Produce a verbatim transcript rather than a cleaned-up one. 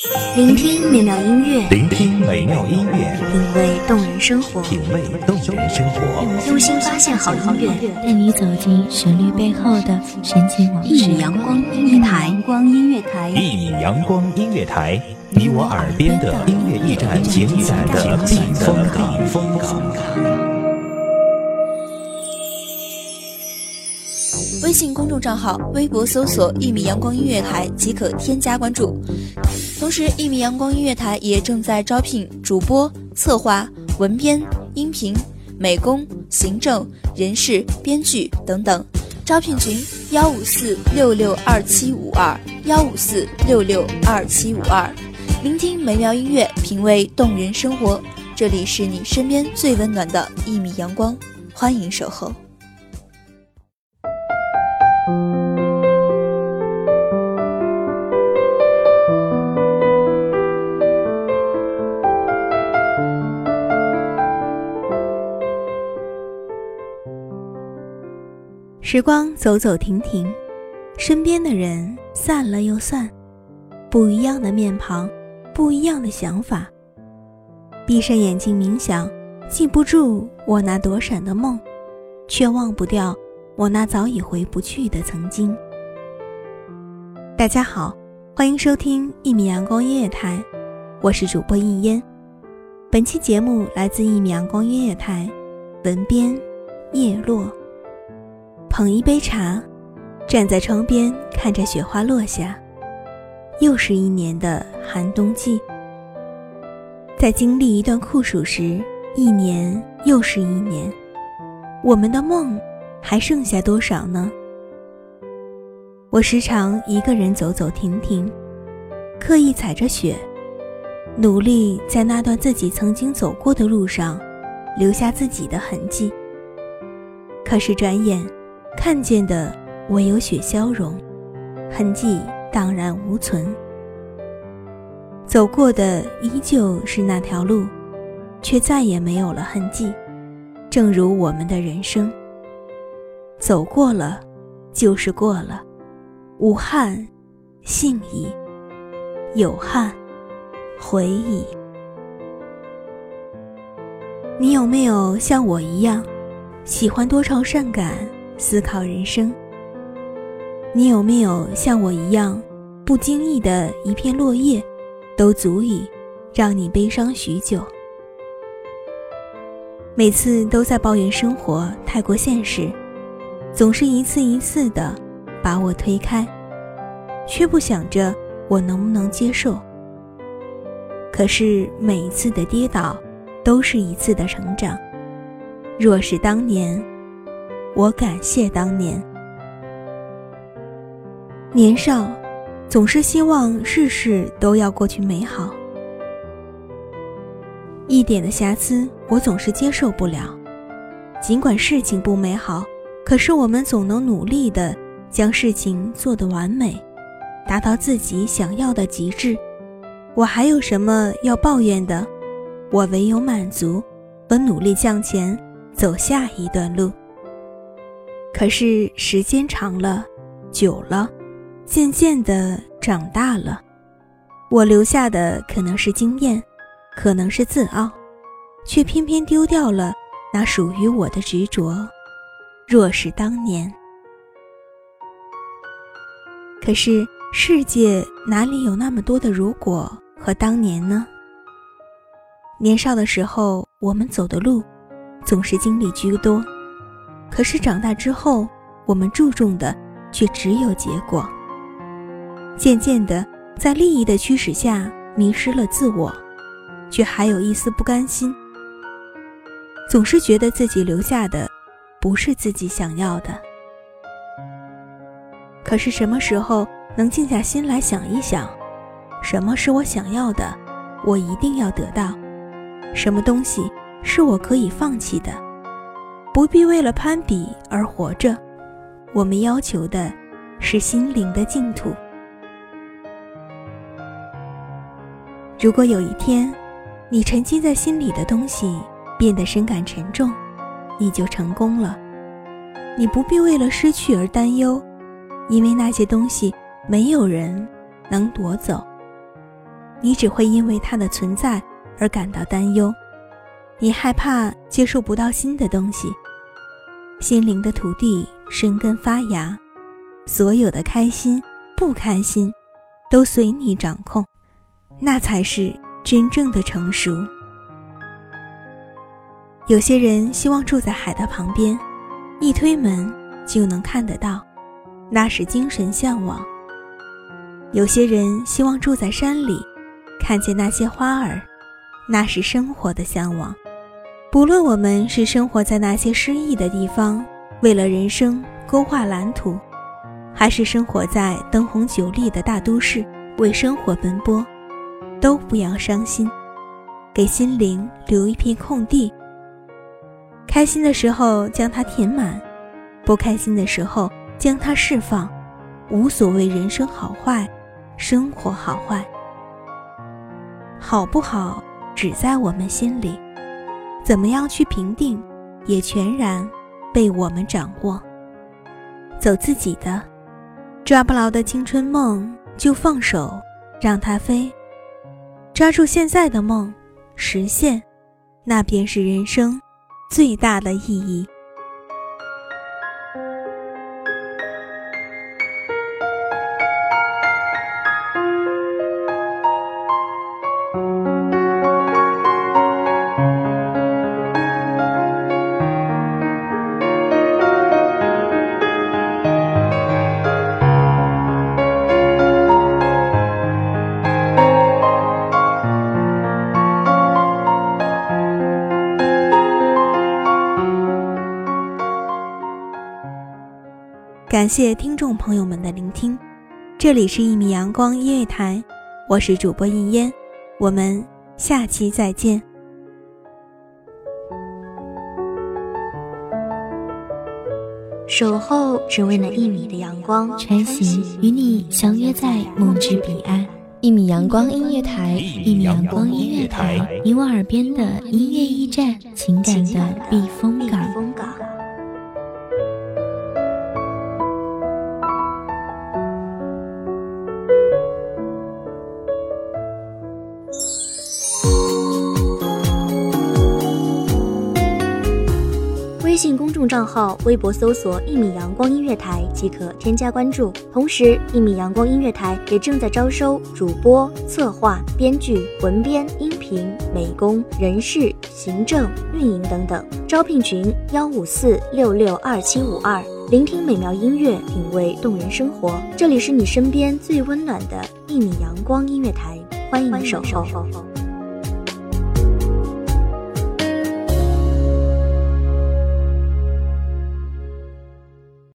聆听美妙音乐， 聆听美妙音乐， 品味动人生活， 品味动人生活， 用心发现好音乐， 带你走进旋律背后的神奇往事。 一米阳光音乐台，光音乐台， 一米阳光音乐台，你我耳边的音乐驿站，情感的避风港，风港。 微信公众账号、微博搜索“一米阳光音乐台”即可添加关注。同时，一米阳光音乐台也正在招聘主播、策划、文编、音频、美工、行政、人事、编剧等等。招聘群：幺五四六六二七五二幺五四六六二七五二。聆听美妙音乐，品味动人生活。这里是你身边最温暖的一米阳光，欢迎守候。 时光走走停停，身边的人散了又散，不一样的面庞，不一样的想法。闭上眼睛冥想，记不住我那躲闪的梦，却忘不掉我那早已回不去的曾经。大家好，欢迎收听一米阳光音乐台，我是主播应烟。本期节目来自一米阳光音乐台，文编叶落。捧一杯茶，站在窗边看着雪花落下，又是一年的寒冬季。在经历一段酷暑时，一年又是一年，我们的梦还剩下多少呢？我时常一个人走走停停，刻意踩着雪，努力在那段自己曾经走过的路上留下自己的痕迹。可是转眼看见的唯有雪消融，痕迹荡然无存。走过的依旧是那条路，却再也没有了痕迹。正如我们的人生，走过了就是过了，无憾幸矣，有憾回矣。你有没有像我一样喜欢多愁善感，思考人生？你有没有像我一样，不经意的一片落叶都足以让你悲伤许久？每次都在抱怨生活太过现实，总是一次一次的把我推开，却不想着我能不能接受。可是每一次的跌倒都是一次的成长。若是当年，我感谢当年。年少总是希望事事都要过去美好，一点的瑕疵我总是接受不了。尽管事情不美好，可是我们总能努力地将事情做得完美，达到自己想要的极致。我还有什么要抱怨的？我唯有满足和努力向前，走下一段路。可是时间长了，久了，渐渐地长大了，我留下的可能是经验，可能是自傲，却偏偏丢掉了那属于我的执着。若是当年。可是世界哪里有那么多的如果和当年呢？年少的时候，我们走的路总是经历居多，可是长大之后，我们注重的却只有结果。渐渐的，在利益的驱使下迷失了自我，却还有一丝不甘心，总是觉得自己留下的不是自己想要的。可是什么时候能静下心来想一想，什么是我想要的，我一定要得到，什么东西是我可以放弃的，不必为了攀比而活着。我们要求的是心灵的净土。如果有一天，你沉积在心里的东西变得深感沉重，你就成功了。你不必为了失去而担忧，因为那些东西没有人能夺走。 你只会因为它的存在而感到担忧，你害怕接受不到新的东西，心灵的土地生根发芽，所有的开心不开心都随你掌控，那才是真正的成熟。有些人希望住在海的旁边，一推门就能看得到，那是精神向往。有些人希望住在山里，看见那些花儿，那是生活的向往。不论我们是生活在那些诗意的地方，为了人生勾画蓝图，还是生活在灯红酒绿的大都市，为生活奔波，都不要伤心，给心灵留一片空地。开心的时候将它填满，不开心的时候将它释放，无所谓人生好坏，生活好坏。好不好只在我们心里，怎么样去评定也全然被我们掌握。走自己的，抓不牢的青春梦就放手让它飞，抓住现在的梦实现，那便是人生最大的意义。感谢听众朋友们的聆听，这里是一米阳光音乐台，我是主播印烟，我们下期再见。 守候只为那一米的阳光， 穿行与你相约在梦之彼岸。一米阳光音乐台，一米阳光音乐台，你我耳边的音乐驿站，情感的避风港。 微信公众账号、微博搜索“一米阳光音乐台”即可添加关注。同时，一米阳光音乐台也正在招收主播、策划、编剧、文编、音频、美工、人事、行政、运营等等。招聘群：幺五四六六二七五二。聆听美妙音乐，品味动人生活。这里是你身边最温暖的一米阳光音乐台，欢迎守候。